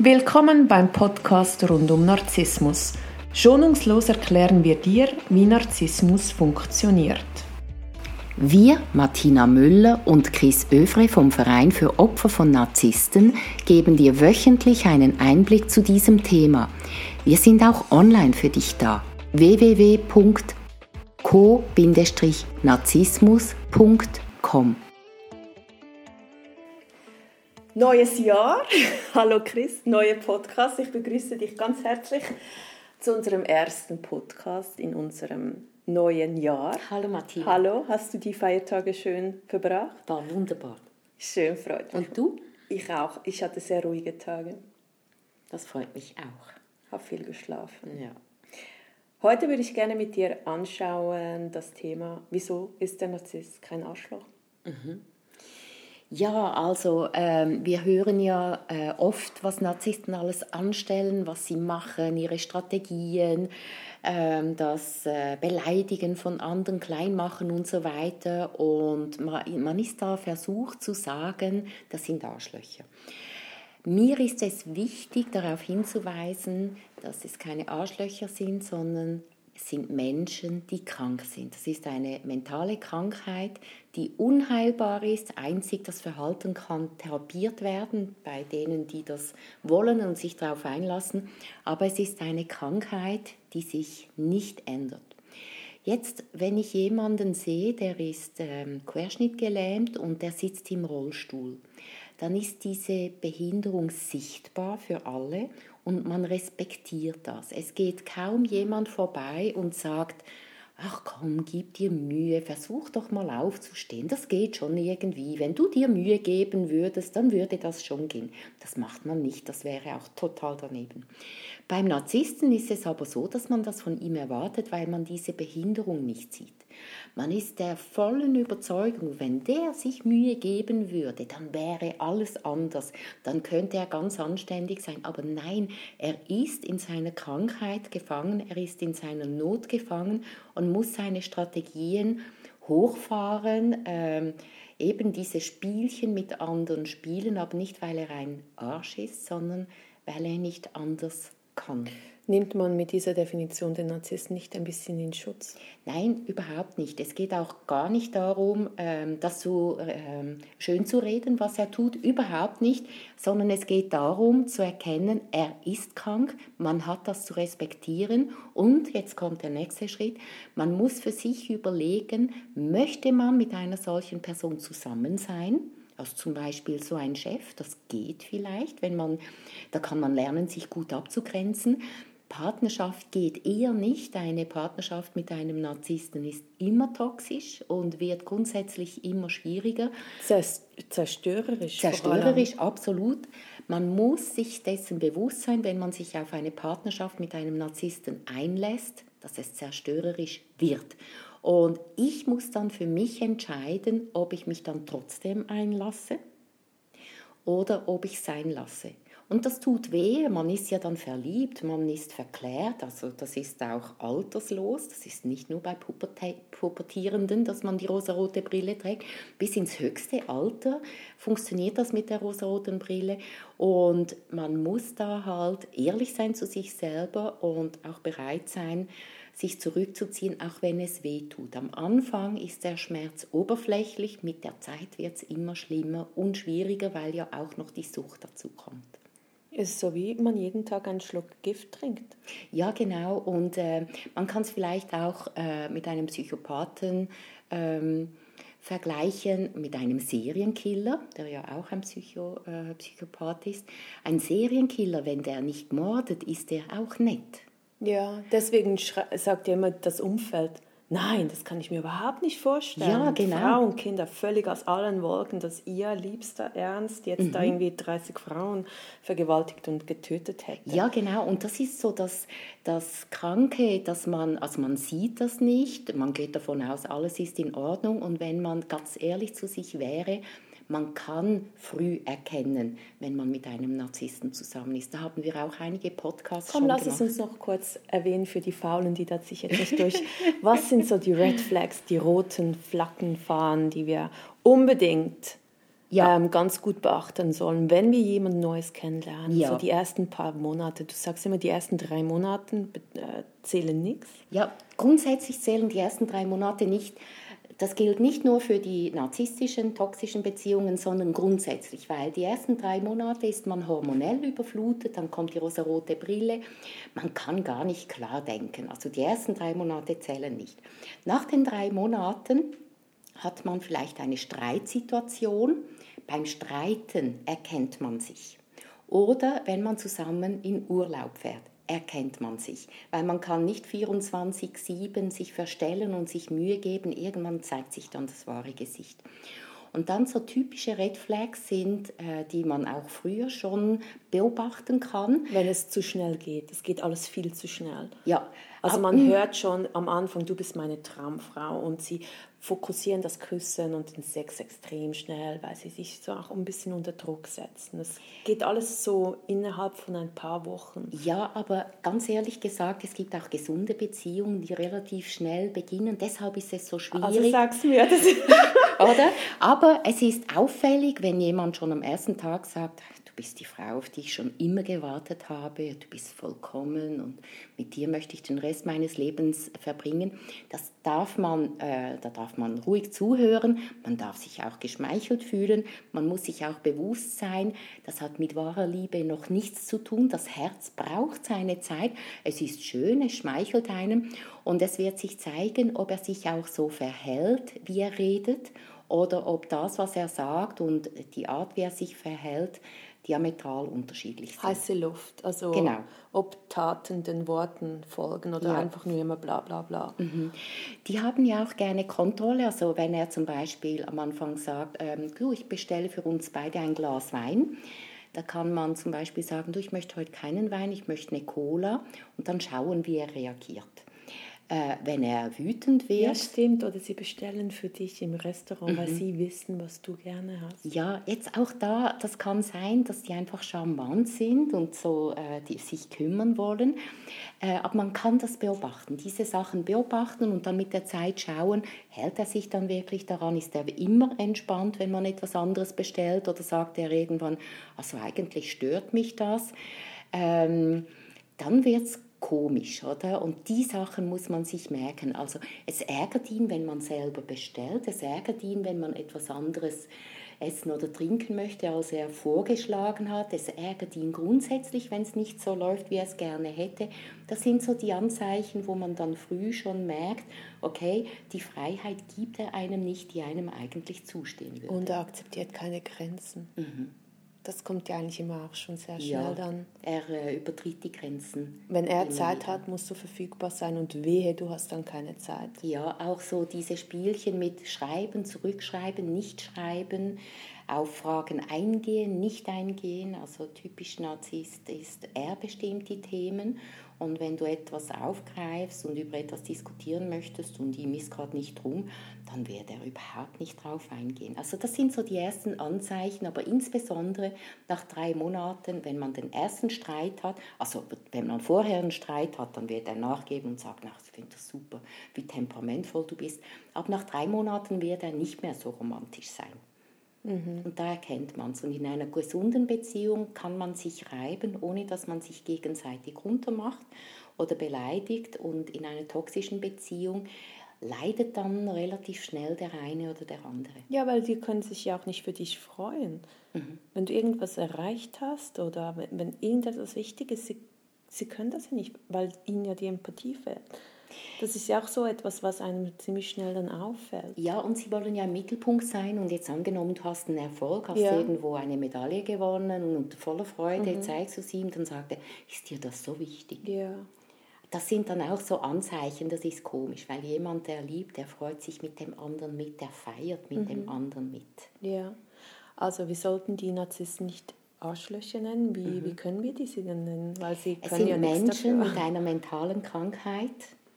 Willkommen beim Podcast rund um Narzissmus. Schonungslos erklären wir dir, wie Narzissmus funktioniert. Wir, Martina Müller und Chris Övre vom Verein für Opfer von Narzissten, geben dir wöchentlich einen Einblick zu diesem Thema. Wir sind auch online für dich da. www.co-narzissmus.com. Neues Jahr. Hallo Chris, neuer Podcast. Ich begrüße dich ganz herzlich zu unserem ersten Podcast in unserem neuen Jahr. Hallo Martina. Hallo, hast du die Feiertage schön verbracht? War wunderbar. Schön, freut mich. Und du? Ich auch. Ich hatte sehr ruhige Tage. Das freut mich auch. Habe viel geschlafen. Ja. Heute würde ich gerne mit dir anschauen das Thema, wieso ist der Narzisst kein Arschloch? Ja, also wir hören ja oft, was Narzissten alles anstellen, was sie machen, ihre Strategien, das Beleidigen von anderen, Kleinmachen und so weiter. Und man ist da versucht zu sagen, das sind Arschlöcher. Mir ist es wichtig, darauf hinzuweisen, dass es keine Arschlöcher sind, sondern es sind Menschen, die krank sind. Das ist eine mentale Krankheit, die unheilbar ist. Einzig das Verhalten kann therapiert werden bei denen, die das wollen und sich darauf einlassen. Aber es ist eine Krankheit, die sich nicht ändert. Jetzt, wenn ich jemanden sehe, der ist querschnittgelähmt und der sitzt im Rollstuhl, dann ist diese Behinderung sichtbar für alle und man respektiert das. Es geht kaum jemand vorbei und sagt, ach komm, gib dir Mühe, versuch doch mal aufzustehen, das geht schon irgendwie. Wenn du dir Mühe geben würdest, dann würde das schon gehen. Das macht man nicht, das wäre auch total daneben. Beim Narzissten ist es aber so, dass man das von ihm erwartet, weil man diese Behinderung nicht sieht. Man ist der vollen Überzeugung, wenn der sich Mühe geben würde, dann wäre alles anders. Dann könnte er ganz anständig sein. Aber nein, er ist in seiner Krankheit gefangen, er ist in seiner Not gefangen und muss seine Strategien hochfahren, eben diese Spielchen mit anderen spielen, aber nicht, weil er ein Arsch ist, sondern weil er nicht anders kann. Nimmt man mit dieser Definition den Narzissten nicht ein bisschen in Schutz? Nein, überhaupt nicht. Es geht auch gar nicht darum, das so schön zu reden, was er tut, überhaupt nicht, sondern es geht darum zu erkennen, er ist krank, man hat das zu respektieren und, jetzt kommt der nächste Schritt, man muss für sich überlegen, möchte man mit einer solchen Person zusammen sein? Also zum Beispiel so ein Chef, das geht vielleicht, da kann man lernen, sich gut abzugrenzen. Partnerschaft geht eher nicht. Eine Partnerschaft mit einem Narzissten ist immer toxisch und wird grundsätzlich immer schwieriger. Zerstörerisch. Zerstörerisch, absolut. Man muss sich dessen bewusst sein, wenn man sich auf eine Partnerschaft mit einem Narzissten einlässt, dass es zerstörerisch wird. Und ich muss dann für mich entscheiden, ob ich mich dann trotzdem einlasse oder ob ich sein lasse. Und das tut weh, man ist ja dann verliebt, man ist verklärt, also das ist auch alterslos, das ist nicht nur bei Pubertierenden, dass man die rosarote Brille trägt, bis ins höchste Alter funktioniert das mit der rosaroten Brille und man muss da halt ehrlich sein zu sich selber und auch bereit sein, sich zurückzuziehen, auch wenn es weh tut. Am Anfang ist der Schmerz oberflächlich, mit der Zeit wird es immer schlimmer und schwieriger, weil ja auch noch die Sucht dazu kommt. Es ist so, wie man jeden Tag einen Schluck Gift trinkt. Ja, genau. Und man kann es vielleicht auch mit einem Psychopathen vergleichen, mit einem Serienkiller, der ja auch ein Psychopath ist. Ein Serienkiller, wenn der nicht mordet, ist der auch nett. Ja, deswegen sagt ja immer das Umfeld, nein, das kann ich mir überhaupt nicht vorstellen. Ja, genau. Frauen, Kinder völlig aus allen Wolken, dass ihr liebster Ernst jetzt da irgendwie 30 Frauen vergewaltigt und getötet hätte. Ja, genau. Und das ist so das Kranke, dass man sieht das nicht, man geht davon aus, alles ist in Ordnung. Und wenn man ganz ehrlich zu sich wäre, man kann früh erkennen, wenn man mit einem Narzissten zusammen ist. Da haben wir auch einige Podcasts schon gemacht. Lass es uns noch kurz erwähnen für die Faulen, die da sich jetzt nicht durch... Was sind so die Red Flags, die roten Flaggenfahnen, die wir unbedingt ganz gut beachten sollen, wenn wir jemand Neues kennenlernen. Ja. So die ersten paar Monate. Du sagst immer, die ersten 3 Monate zählen nichts. Ja, grundsätzlich zählen die ersten 3 Monate nicht. Das gilt nicht nur für die narzisstischen, toxischen Beziehungen, sondern grundsätzlich, weil die ersten 3 Monate ist man hormonell überflutet, dann kommt die rosarote Brille, man kann gar nicht klar denken. Also die ersten 3 Monate zählen nicht. Nach den 3 Monaten hat man vielleicht eine Streitsituation. Beim Streiten erkennt man sich. Oder wenn man zusammen in Urlaub fährt, erkennt man sich. Weil man kann nicht 24/7 sich verstellen und sich Mühe geben. Irgendwann zeigt sich dann das wahre Gesicht. Und dann so typische Red Flags sind, die man auch früher schon beobachten kann. Wenn es zu schnell geht. Es geht alles viel zu schnell. Ja. Also man hört schon am Anfang, du bist meine Traumfrau, und sie fokussieren das Küssen und den Sex extrem schnell, weil sie sich so auch ein bisschen unter Druck setzen. Es geht alles so innerhalb von ein paar Wochen. Ja, aber ganz ehrlich gesagt, es gibt auch gesunde Beziehungen, die relativ schnell beginnen. Deshalb ist es so schwierig. Also sag's mir, das oder? Aber es ist auffällig, wenn jemand schon am ersten Tag sagt, du bist die Frau, auf die ich schon immer gewartet habe, du bist vollkommen und mit dir möchte ich den Rest meines Lebens verbringen. Da darf man ruhig zuhören, man darf sich auch geschmeichelt fühlen, man muss sich auch bewusst sein, das hat mit wahrer Liebe noch nichts zu tun, das Herz braucht seine Zeit, es ist schön, es schmeichelt einem und es wird sich zeigen, ob er sich auch so verhält, wie er redet, oder ob das, was er sagt und die Art, wie er sich verhält, diametral unterschiedlich sind. heiße Luft, also genau. Ob Taten den Worten folgen oder einfach nur immer bla bla bla. Mhm. Die haben ja auch gerne Kontrolle, also wenn er zum Beispiel am Anfang sagt, ich bestelle für uns beide ein Glas Wein, da kann man zum Beispiel sagen, ich möchte heute keinen Wein, ich möchte eine Cola und dann schauen, wie er reagiert. Wenn er wütend wird. Ja, stimmt. Oder sie bestellen für dich im Restaurant, weil sie wissen, was du gerne hast. Ja, jetzt auch da, das kann sein, dass die einfach charmant sind und so die sich kümmern wollen. Aber man kann das beobachten, diese Sachen beobachten und dann mit der Zeit schauen, hält er sich dann wirklich daran? Ist er immer entspannt, wenn man etwas anderes bestellt? Oder sagt er irgendwann, also eigentlich stört mich das? Dann wird es komisch, oder? Und die Sachen muss man sich merken. Also es ärgert ihn, wenn man selber bestellt. Es ärgert ihn, wenn man etwas anderes essen oder trinken möchte, als er vorgeschlagen hat. Es ärgert ihn grundsätzlich, wenn es nicht so läuft, wie er es gerne hätte. Das sind so die Anzeichen, wo man dann früh schon merkt, okay, die Freiheit gibt er einem nicht, die einem eigentlich zustehen würde. Und er akzeptiert keine Grenzen. Mhm. Das kommt ja eigentlich immer auch schon sehr schnell dann. Er übertritt die Grenzen. Wenn er Zeit hat, musst du verfügbar sein und wehe, du hast dann keine Zeit. Ja, auch so diese Spielchen mit Schreiben, Zurückschreiben, nicht schreiben, auf Fragen eingehen, nicht eingehen. Also typisch Narzisst ist, er bestimmt die Themen. Und wenn du etwas aufgreifst und über etwas diskutieren möchtest und ihm ist gerade nicht drum, dann wird er überhaupt nicht drauf eingehen. Also das sind so die ersten Anzeichen, aber insbesondere nach 3 Monaten, wenn man den ersten Streit hat, also wenn man vorher einen Streit hat, dann wird er nachgeben und sagen, ich finde das super, wie temperamentvoll du bist. Aber nach 3 Monaten wird er nicht mehr so romantisch sein. Und da erkennt man es. Und in einer gesunden Beziehung kann man sich reiben, ohne dass man sich gegenseitig runtermacht oder beleidigt. Und in einer toxischen Beziehung leidet dann relativ schnell der eine oder der andere. Ja, weil die können sich ja auch nicht für dich freuen. Wenn du irgendwas erreicht hast oder wenn irgendetwas wichtig ist, sie können das ja nicht, weil ihnen ja die Empathie fehlt. Das ist ja auch so etwas, was einem ziemlich schnell dann auffällt. Ja, und sie wollen ja im Mittelpunkt sein und jetzt angenommen, du hast einen Erfolg, hast irgendwo eine Medaille gewonnen und unter voller Freude zeigst du es ihm, dann sagt er, ist dir das so wichtig? Ja. Das sind dann auch so Anzeichen, das ist komisch, weil jemand, der liebt, der freut sich mit dem anderen mit, der feiert mit dem anderen mit. Ja, also wir sollten die Narzissten nicht Arschlöcher nennen. Wie können wir die nennen? Weil sie Es können sind ja Menschen mit einer mentalen Krankheit.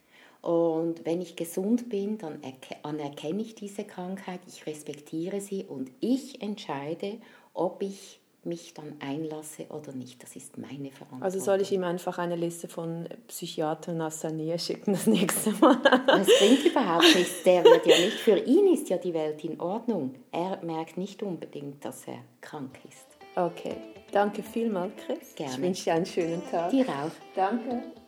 Und wenn ich gesund bin, dann anerkenne ich diese Krankheit, ich respektiere sie und ich entscheide, ob ich mich dann einlasse oder nicht. Das ist meine Verantwortung. Also soll ich ihm einfach eine Liste von Psychiatern aus seiner Nähe schicken das nächste Mal? Das bringt überhaupt nichts. Der wird ja nicht, für ihn ist ja die Welt in Ordnung. Er merkt nicht unbedingt, dass er krank ist. Okay, danke vielmals, Chris. Gerne. Ich wünsche dir einen schönen Tag. Dir auch. Danke.